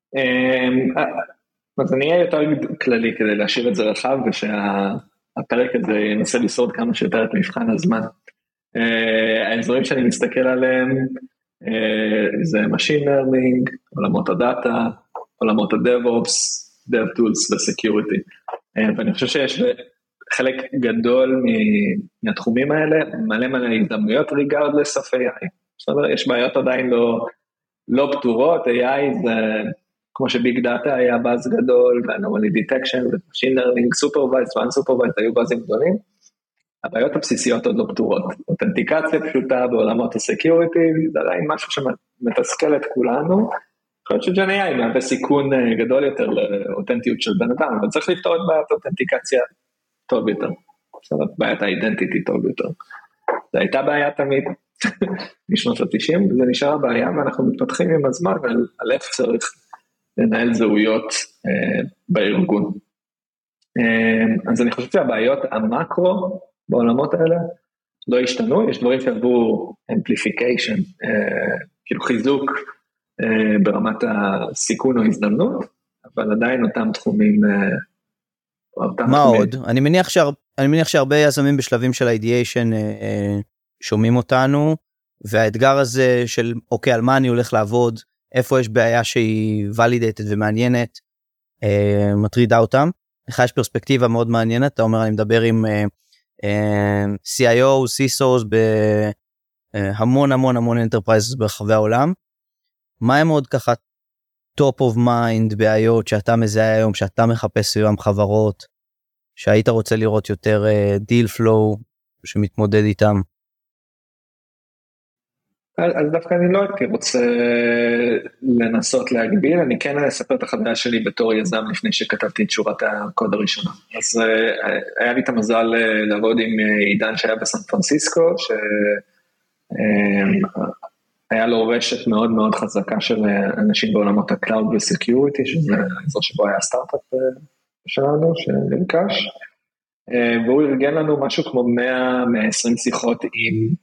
אז אני אהיה יותר כללי כדי להשאיר את זה רחב, ושהפרק הזה ינסה לשרוד כמה שיותר את מבחן הזמן. האזורים שאני מסתכל עליהם, זה Machine Learning, עולמות הדאטה, עולמות ה-DevOps, Dev Tools ו-Security. ואני חושב שיש חלק גדול מהתחומים האלה, מלא מלא הזדמנויות regardless of איי איי. בסדר, יש בעיות עדיין לא, לא פתורות, איי איי זה כמו שביג דאטה היה באז גדול, ו-Anomaly Detection, ו-Machine Learning, Supervised, Unsupervised, היו בזים גדולים. הבעיות הבסיסיות עוד לא פתורות. אותנטיקציה פשוטה בעולמות ה-Security, זה עדיין משהו שמתסכל את כולנו, יכול להיות ש-ג'ן איי איי מהווה סיכון גדול יותר לאותנטיות של בן אדם, אבל צריך לפתור את בעיית האותנטיקציה טוב יותר, בעיית האידנטיטי טוב יותר. זו הייתה בעיה תמיד משנות ה-תשעים, וזה נשאר הבעיה, ואנחנו מתפתחים עם הזמן על, על איך צריך לנהל זהויות אה, בארגון. אז אני חושב שהבעיות המקרו בעולמות האלה לא השתנו, יש דברים שעברו amplification, כאילו חיזוק ברמת הסיכון או הזדמנות, אבל עדיין אותם תחומים.
מה עוד? אני מניח שהר... אני מניח שהרבה יזמים בשלבים של ideation שומעים אותנו, והאתגר הזה של אוקיי, על מה אני הולך לעבוד, איפה יש בעיה שהיא validated ומעניינת, מטרידה אותם. לך יש פרספקטיבה מאוד מעניינת, אתה אומר אני מדבר עם סי איי או, סי איס או בהמון המון המון enterprises ברחבי העולם. מה הם עוד ככה top of mind בעיות שאתה מזהה היום, שאתה מחפש סביבם חברות, שהיית רוצה לראות יותר deal flow שמתמודד איתם?
אז דווקא אני לא הייתי רוצה לנסות להגביל, אני כן אספר את החוויה שלי בתור יזם לפני שכתבתי את שורת הקוד הראשונה. אז היה לי את המזל לעבוד עם עידן שהיה בסן פרנסיסקו, שהיה לו רשת מאוד מאוד חזקה של אנשים בעולמות הקלאוד וסקיוריטי, שזה האזור שבו היה סטארט-אפ שלנו, שנרכש, והוא ארגן לנו משהו כמו מאה עד מאה ועשרים שיחות עם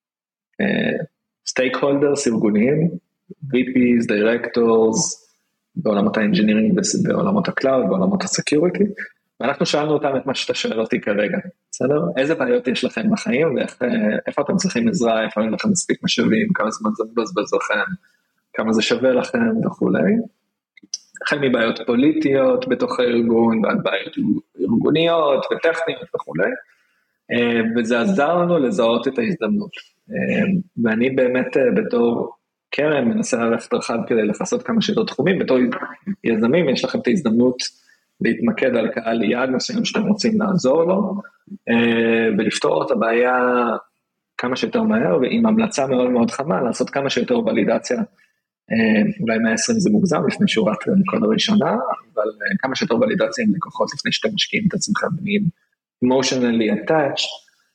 סטייקהולדרס ארגוניים, וי פי'ס, דירקטורס, בעולמות האנג'ינירינג, בעולמות הקלאוד, בעולמות הסקיוריטי, ואנחנו שאלנו אותם את מה שאתה שואל אותי כרגע, בסדר? איזה בעיות יש לכם בחיים, ואיפה אתם צריכים עזרה, איפה אין לכם מספיק משאבים, כמה זמן זה מבזבז לכם, כמה זה שווה לכם וכולי. החל מבעיות פוליטיות בתוך הארגון, ועד בעיות ארגוניות וטכניות וכולי, וזה עזר לנו לזהות את ההזדמנות. ואני באמת בתור קרן מנסה ללכת רחב כדי לחסות כמה שיותר תחומים, בתור יזמים יש לכם את ההזדמנות להתמקד על קהל יעד מסוים שאתם רוצים לעזור לו, ולפתור את הבעיה כמה שיותר מהר, ועם המלצה מאוד מאוד חמה, לעשות כמה שיותר ולידציה, אולי מאה ועשרים זה מוגזם לפני שורת הקוד הראשונה, אבל כמה שיותר ולידציה עם לקוחות לפני שאתם משקיעים את עצמכם, עם emotionally attached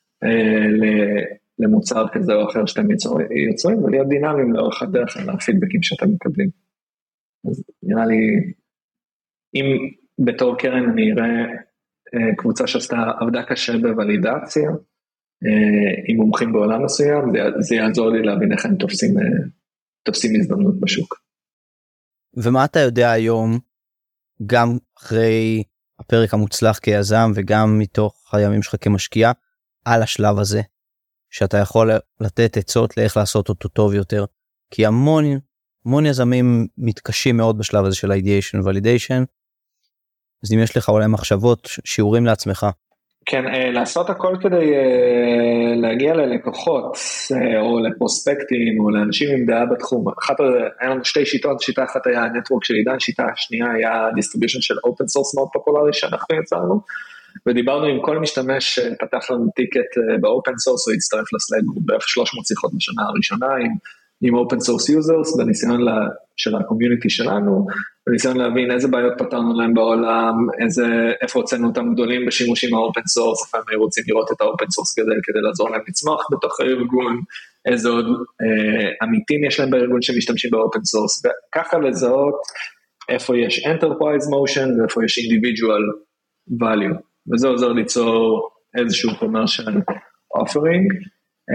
למוצר כזה או אחר שאתם יוצרים, ולהיות דינמיים לאורך הדרך על הפידבקים שאתם מקבלים. אז נראה לי, אם בתור קרן אני אראה קבוצה שעשתה עבדה קשה בוולידציה, עם מומחים בעולם מסוים, זה יעזור לי להבין איך הם תופסים, תופסים הזדמנות בשוק.
ומה אתה יודע היום, גם אחרי הפרק המוצלח כיזם, וגם מתוך הימים שלך כמשקיע, על השלב הזה, שאתה יכול לתת עצות לאיך לעשות אותו טוב יותר, כי המון, המון יזמים מתקשים מאוד בשלב הזה של ideation ו-validation, אז אם יש לך אולי מחשבות, שיעורים לעצמך.
כן, לעשות הכל כדי להגיע ללקוחות, או לפרוספקטים, או לאנשים עם דעה בתחום. אחת, היה לנו שתי שיטות, שיטה אחת היה הנטוורק של עידן, שיטה השנייה היה דיסטריביושן של אופן סורס מאוד פופולרי שאנחנו יצרנו, ודיברנו עם כל משתמש שפתח לנו טיקט באופן סורס, הוא יצטרף לסלאג, בערך שלוש מאות שיחות בשנה הראשונה, עם, עם open source users, בניסיון לה, של הקומיוניטי שלנו, בניסיון להבין איזה בעיות פתרנו להם בעולם, איזה, איפה הוצאנו אותם גדולים בשימושים האופן סורס, איפה הם רוצים לראות את האופן סורס כדי, כדי לעזור להם לצמוח בתוך הארגון, איזה עוד אה, עמיתים יש להם בארגון שמשתמשים באופן סורס, וככה לזהות איפה יש enterprise motion ואיפה יש individual value. וזה עוזר ליצור איזשהו commercial offering.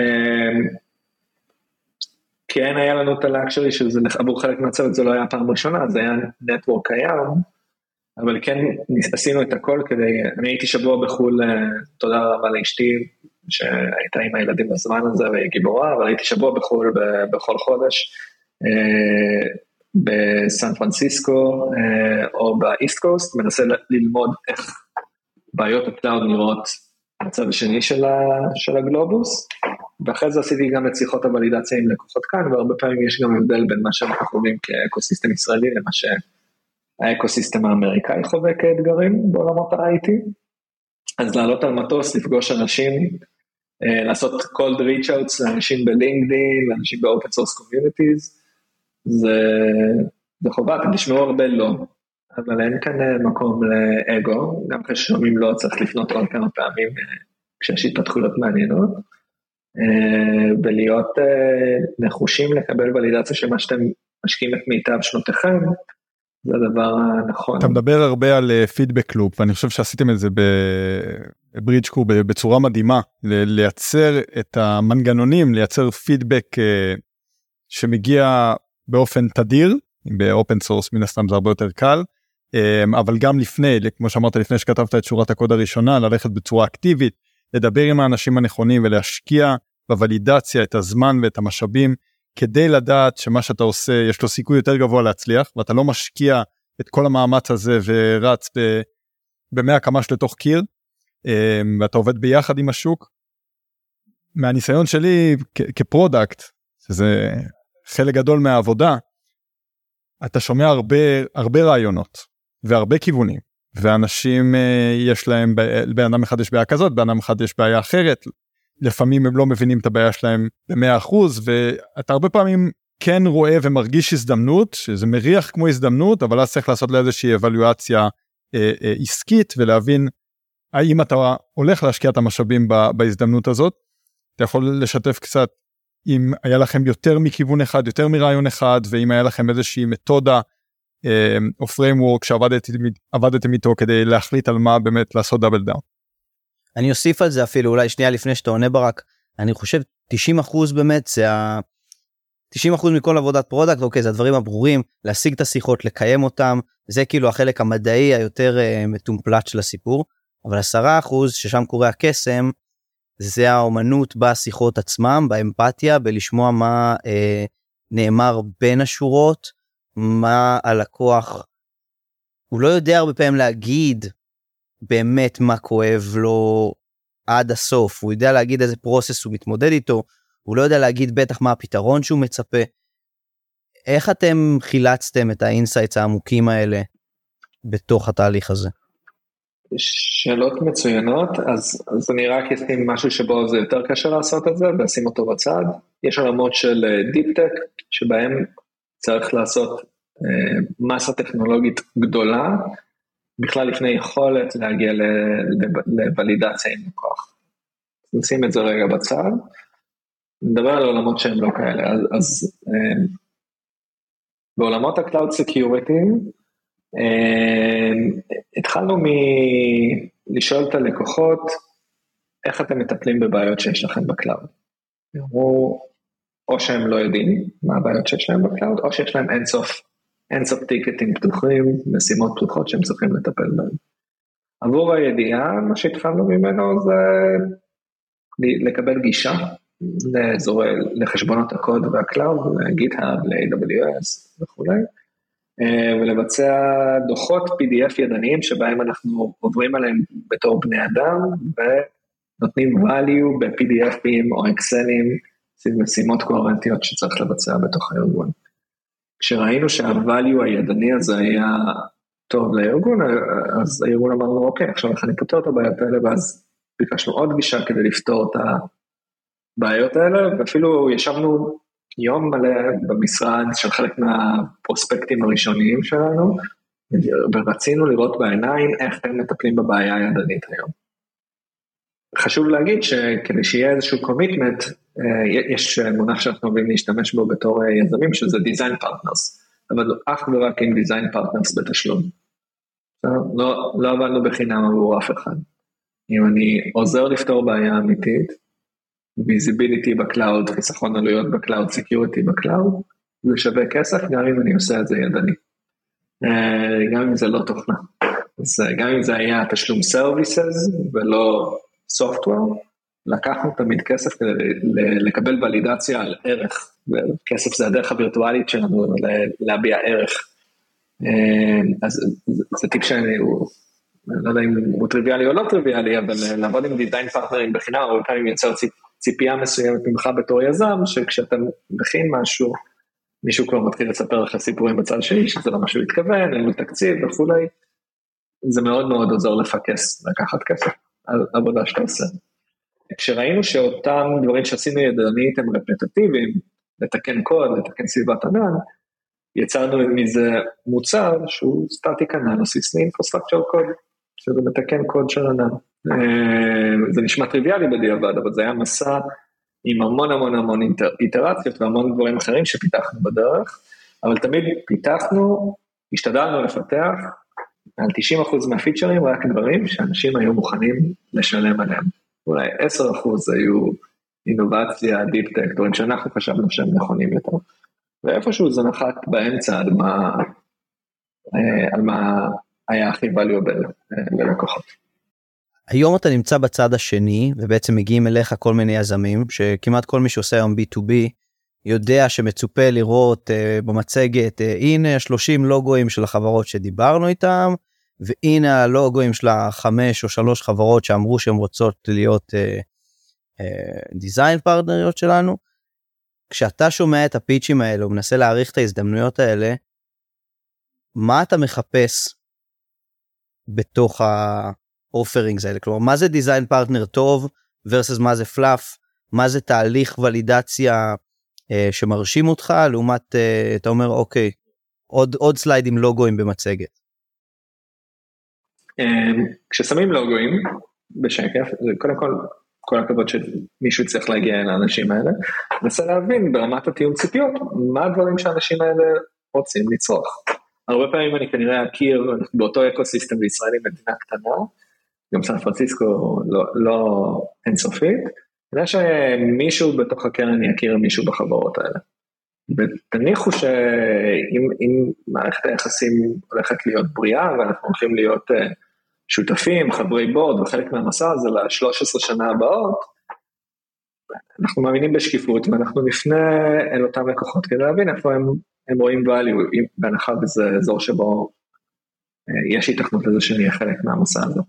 כן היה לנו את הלקשרי שזה עבור חלק מהצוות, זה לא היה פעם ראשונה, זה היה נטוורק קיים, אבל כן עשינו את הכל כדי, אני הייתי שבוע בחול, תודה רבה לאשתי, שהייתה עם הילדים בזמן הזה והיא גיבורה, אבל הייתי שבוע בחול בכל חודש, בסן פרנסיסקו או באיסט קוסט, מנסה ללמוד איך בעיות הקלאוד נראות בצד השני של, ה, של הגלובוס, ואחרי זה עשיתי גם את שיחות הוולידציה עם לקוחות כאן, והרבה פעמים יש גם הבדל בין מה שאנחנו חווים כאקוסיסטם ישראלי, למה שהאקוסיסטם האמריקאי חווה כאתגרים בעולמות ה-איי טי, אז לעלות על מטוס, לפגוש אנשים, לעשות cold reach outs לאנשים בלינקדין, לאנשים ב-open source communities, זה, זה חובה, אתם תשמעו הרבה לא, אבל אין כאן מקום לאגו, גם כששומעים לא צריך לפנות עוד כמה פעמים כשיש התפתחויות מעניינות, ולהיות נחושים לקבל ולידציה של מה שאתם משקיעים את מיטב שנותיכם, זה הדבר הנכון.
אתה מדבר הרבה על פידבק לופ, ואני חושב שעשיתם את זה בברידג'קור בצורה מדהימה, לייצר את המנגנונים, לייצר פידבק שמגיע באופן תדיר, באופן סורס מן הסתם זה הרבה יותר קל, אבל גם לפני, כמו שאמרת לפני שכתבת את שורת הקוד הראשונה, ללכת בצורה אקטיבית, לדבר עם האנשים הנכונים ולהשקיע בוולידציה את הזמן ואת המשאבים, כדי לדעת שמה שאתה עושה יש לו סיכוי יותר גבוה להצליח, ואתה לא משקיע את כל המאמץ הזה ורץ במאה קמ"ש לתוך קיר, ואתה עובד ביחד עם השוק. מהניסיון שלי כפרודקט, שזה חלק גדול מהעבודה, אתה שומע הרבה, הרבה רעיונות והרבה כיוונים, ואנשים יש להם, באדם אחד יש בעיה כזאת, באדם אחד יש בעיה אחרת, לפעמים הם לא מבינים את הבעיה שלהם ב-מאה אחוז, ואתה הרבה פעמים כן רואה ומרגיש הזדמנות, שזה מריח כמו הזדמנות, אבל אז צריך לעשות לה איזושהי אבלואציה אה, אה, עסקית, ולהבין האם אתה הולך להשקיע את המשאבים בהזדמנות הזאת. אתה יכול לשתף קצת אם היה לכם יותר מכיוון אחד, יותר מרעיון אחד, ואם היה לכם איזושהי מתודה אה, או framework שעבדתם איתו כדי להחליט על מה באמת לעשות דאבל דאון.
אני אוסיף על זה אפילו, אולי שנייה לפני שאתה עונה ברק, אני חושב תשעים אחוז באמת, זה ה... תשעים אחוז מכל עבודת פרודקט, אוקיי, זה הדברים הברורים, להשיג את השיחות, לקיים אותם, זה כאילו החלק המדעי היותר uh, מטומפלט של הסיפור, אבל עשרה אחוז ששם קורה הקסם, זה האומנות בשיחות עצמם, באמפתיה, בלשמוע מה uh, נאמר בין השורות, מה הלקוח, הוא לא יודע הרבה פעמים להגיד, באמת מה כואב לו עד הסוף, הוא יודע להגיד איזה פרוסס הוא מתמודד איתו, הוא לא יודע להגיד בטח מה הפתרון שהוא מצפה. איך אתם חילצתם את האינסייטס העמוקים האלה בתוך התהליך הזה?
שאלות מצוינות, אז, אז אני רק אשים משהו שבו זה יותר קשה לעשות את זה, ואשים אותו בצד. יש עולמות של דיפ-טק, שבהם צריך לעשות אה, מסה טכנולוגית גדולה, בכלל לפני יכולת להגיע לוולידציה עם לקוח. נשים את זה רגע בצד, נדבר על עולמות שהם לא כאלה, אז, אז אה, בעולמות ה-Cloud Security, אה, התחלנו מלשאול את הלקוחות, איך אתם מטפלים בבעיות שיש לכם בקלאוד. או, או שהם לא יודעים מה הבעיות שיש להם בקלאוד, או שיש להם אינסוף, אינסוף טיקטים פתוחים, משימות פתוחות שהם צריכים לטפל בהם. עבור הידיעה, מה שהתחלנו ממנו זה לקבל גישה, לאזורי, לחשבונות הקוד והקלאוד, ל-GitHub, ל-איי דאבליו אס וכו'. ולבצע דוחות פי די אף ידניים, שבהם אנחנו עוברים עליהם בתור בני אדם, ונותנים value ב-פי די אפים או אקסלים, משימות קוהרנטיות שצריך לבצע בתוך הארגון. כשראינו שה-value הידני הזה היה טוב לארגון, אז הארגון אמרנו, אוקיי, עכשיו אני פותר את הבעיות האלה, ואז ביקשנו עוד גישה כדי לפתור את הבעיות האלה, ואפילו ישבנו יום מלא במשרד של חלק מהפרוספקטים הראשוניים שלנו, ורצינו לראות בעיניים איך הם מטפלים בבעיה הידנית היום. חשוב להגיד שכדי שיהיה איזשהו קומיטמנט, יש מונח שאנחנו אוהבים להשתמש בו בתור יזמים, שזה Design Partners, אבל אך ורק עם Design Partners בתשלום. לא, לא עבדנו בחינם עבור אף אחד. אם אני עוזר לפתור בעיה אמיתית, ויזיביליטי בקלאוד, חיסכון עלויות בקלאוד, סקיוריטי בקלאוד, זה שווה כסף, גם אם אני עושה את זה ידני. גם אם זה לא תוכנה. אז גם אם זה היה תשלום סרוויסס, ולא סופטוור, לקחנו תמיד כסף כדי לקבל ולידציה על ערך, וכסף זה הדרך הווירטואלית שלנו להביע ערך. אז זה טיפ שאני, לא יודע אם הוא טריוויאלי או לא טריוויאלי, אבל לעבוד עם דיזיין פרטנרים בחינם, הרבה פעמים יוצר ציפייה מסוימת ממך בתור יזם, שכשאתה מכין משהו, מישהו כבר מתחיל לספר לך סיפורים בצד שלי, שזה לא משהו התכוון, אין לו תקציב וכולי, זה מאוד מאוד עוזר לפקס, לקחת כסף על עבודה שאתה עושה. כשראינו שאותם דברים שעשינו ידנית הם רפטטיביים, לתקן קוד, לתקן סביבת ענן, יצרנו מזה מוצר שהוא סטטיק אנליסיס לאינפרסטרקצ'ר קוד, שזה מתקן קוד של ענן. זה נשמע טריוויאלי בדיעבד, אבל זה היה מסע עם המון המון המון איטרציות והמון דברים אחרים שפיתחנו בדרך, אבל תמיד פיתחנו השתדלנו לפתח על תשעים אחוז מהפיצ'רים רק דברים שאנשים היו מוכנים לשלם עליהם. אולי עשרה אחוז היו אינובציה, דיפ-טק, דברים שאנחנו חשבנו שהם נכונים יותר. ואיפשהו זה נחת באמצע על מה, על מה היה הכי valuable ללקוחות.
היום אתה נמצא בצד השני, ובעצם מגיעים אליך כל מיני יזמים, שכמעט כל מי שעושה היום בי טו בי, יודע שמצופה לראות uh, במצגת, uh, הנה שלושים לוגויים של החברות שדיברנו איתם, והנה הלוגויים של החמש או שלוש חברות שאמרו שהן רוצות להיות דיזיין uh, פרטנריות uh, שלנו. כשאתה שומע את הפיצ'ים האלה, ומנסה להעריך את ההזדמנויות האלה, מה אתה מחפש בתוך ה-offerings האלה? כלומר, מה זה דיזיין פרטנר טוב, versus מה זה פלאף, מה זה תהליך ולידציה שמרשים אותך, לעומת, אתה אומר, אוקיי, עוד, עוד סליידים לוגויים במצגת.
כששמים לוגויים בשקף, זה קודם כל, כל הכבוד שמישהו צריך להגיע אל האנשים האלה, נסה להבין ברמת התיאום ציפיות, מה הדברים שהאנשים האלה רוצים לצרוך. הרבה פעמים אני כנראה אכיר, באותו אקוסיסטם בישראלי מדינה קטנה, גם סן פרנסיסקו לא, לא אינסופית, כדי שמישהו בתוך הקרן יכיר מישהו בחברות האלה. ותניחו שאם מערכת היחסים הולכת להיות בריאה, ואנחנו הולכים להיות שותפים, חברי בורד, וחלק מהמסע הזה ל-שלוש עשרה שנה הבאות, אנחנו מאמינים בשקיפות, ואנחנו נפנה אל אותם לקוחות, כדי להבין איפה הם, הם רואים value, בהנחה בזה אזור שבו יש התכנות לזה שנהיה חלק מהמסע הזה.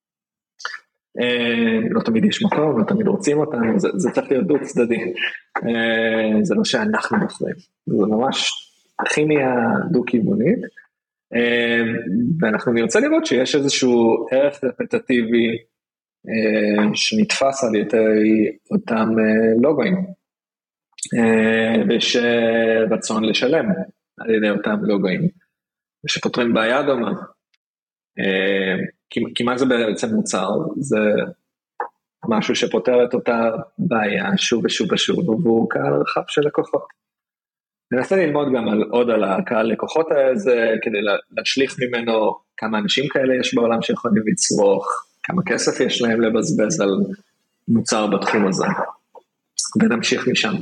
לא תמיד יש מקום, לא תמיד רוצים אותנו, זה, זה צריך להיות דו צדדי, זה לא שאנחנו בוחרים, זה ממש כימיה דו כיוונית, ואנחנו נרצה לראות שיש איזשהו ערך רפטטיבי שנתפס על ידי אותם לוגויים, ויש רצון לשלם על ידי אותם לוגויים, ושפותרים בעיה דומה, כי, כי מה זה בעצם מוצר? זה משהו שפותר את אותה בעיה שוב ושוב ושוב, והוא קהל רחב של לקוחות. ננסה ללמוד גם על, עוד על הקהל לקוחות הזה, כדי להשליך ממנו כמה אנשים כאלה יש בעולם שיכולים לצרוך, כמה כסף יש להם לבזבז על מוצר בתחום הזה, ונמשיך משם.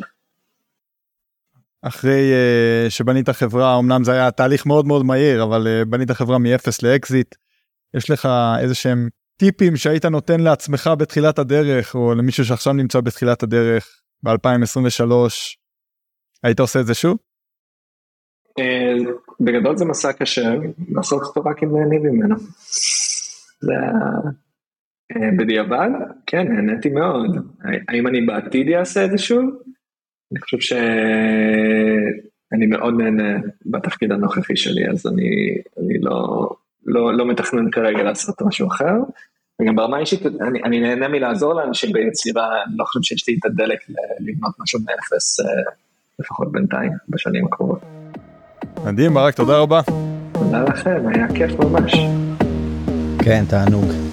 אחרי uh, שבנית חברה, אמנם זה היה תהליך מאוד מאוד מהיר, אבל uh, בנית חברה מ-אפס לאקזיט, יש לך איזה שהם טיפים שהיית נותן לעצמך בתחילת הדרך, או למישהו שעכשיו נמצא בתחילת הדרך, ב-אלפיים עשרים ושלוש, היית עושה את זה שוב?
בגדול זה מסע קשה, לעשות אותו רק אם נהנים ממנו. זה בדיעבד, כן, נהניתי מאוד. האם אני בעתיד יעשה את זה שוב? אני חושב שאני מאוד נהנה בתפקיד הנוכחי שלי, אז אני, אני לא... לא, לא מתכנן כרגע לעשות משהו אחר, וגם ברמה אישית, אני, אני נהנה מלעזור לאנשים ביצירה, אני לא חושב שיש לי את הדלק לבנות משהו מאפס, לפחות בינתיים, בשנים הקרובות.
מדהים, ברק, תודה רבה.
תודה לכם, היה כיף ממש.
כן, תענוג.